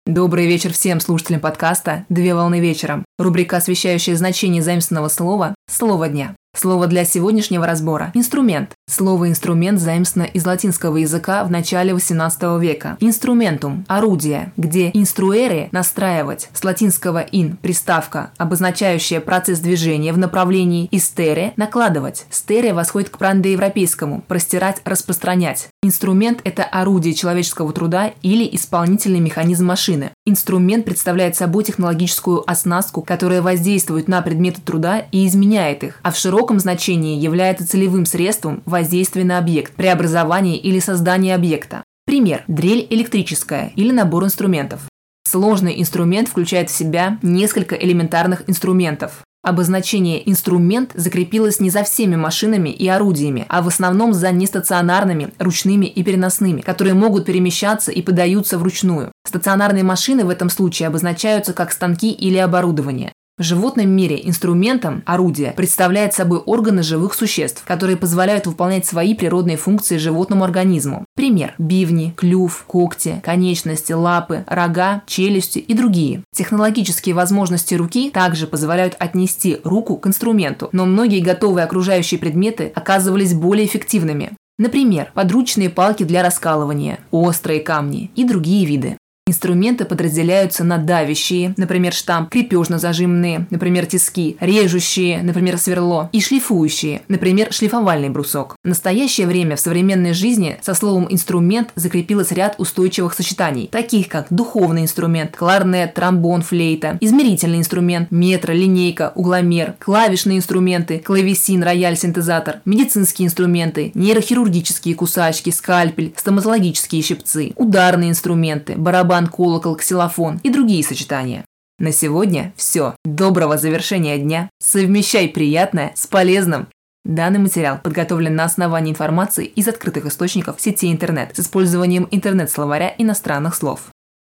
Добрый вечер всем слушателям подкаста «Две волны вечером». Рубрика, освещающая значение заимствованного слова «Слово дня». Слово для сегодняшнего разбора – инструмент. Слово «инструмент» заимствовано из латинского языка в начале XVIII века. Инструментум – орудие, где инструэре – настраивать, с латинского «in» – приставка, обозначающая процесс движения в направлении, и стере – накладывать. Стере восходит к прандоевропейскому – простирать, распространять. Инструмент – это орудие человеческого труда или исполнительный механизм машины. Инструмент представляет собой технологическую оснастку, которая воздействует на предметы труда и изменяет их, а в широком значении является целевым средством воздействия на объект, преобразования или создания объекта. Пример – дрель электрическая или набор инструментов. Сложный инструмент включает в себя несколько элементарных инструментов. Обозначение «инструмент» закрепилось не за всеми машинами и орудиями, а в основном за нестационарными, ручными и переносными, которые могут перемещаться и подаются вручную. Стационарные машины в этом случае обозначаются как станки или оборудование. В животном мире инструментом, орудие, представляет собой органы живых существ, которые позволяют выполнять свои природные функции животному организму. Пример – бивни, клюв, когти, конечности, лапы, рога, челюсти и другие. Технологические возможности руки также позволяют отнести руку к инструменту, но многие готовые окружающие предметы оказывались более эффективными. Например, подручные палки для раскалывания, острые камни и другие виды. Инструменты подразделяются на давящие, например, штамп, крепежно-зажимные, например, тиски, режущие, например, сверло, и шлифующие, например, шлифовальный брусок. В настоящее время в современной жизни со словом «инструмент» закрепилось ряд устойчивых сочетаний, таких как духовный инструмент, кларнет, тромбон, флейта, измерительный инструмент, метр, линейка, угломер, клавишные инструменты, клавесин, рояль, синтезатор, медицинские инструменты, нейрохирургические кусачки, скальпель, стоматологические щипцы, ударные инструменты, барабан, колокол, ксилофон и другие сочетания. На сегодня все. Доброго завершения дня. Совмещай приятное с полезным. Данный материал подготовлен на основании информации из открытых источников сети интернет с использованием интернет-словаря иностранных слов.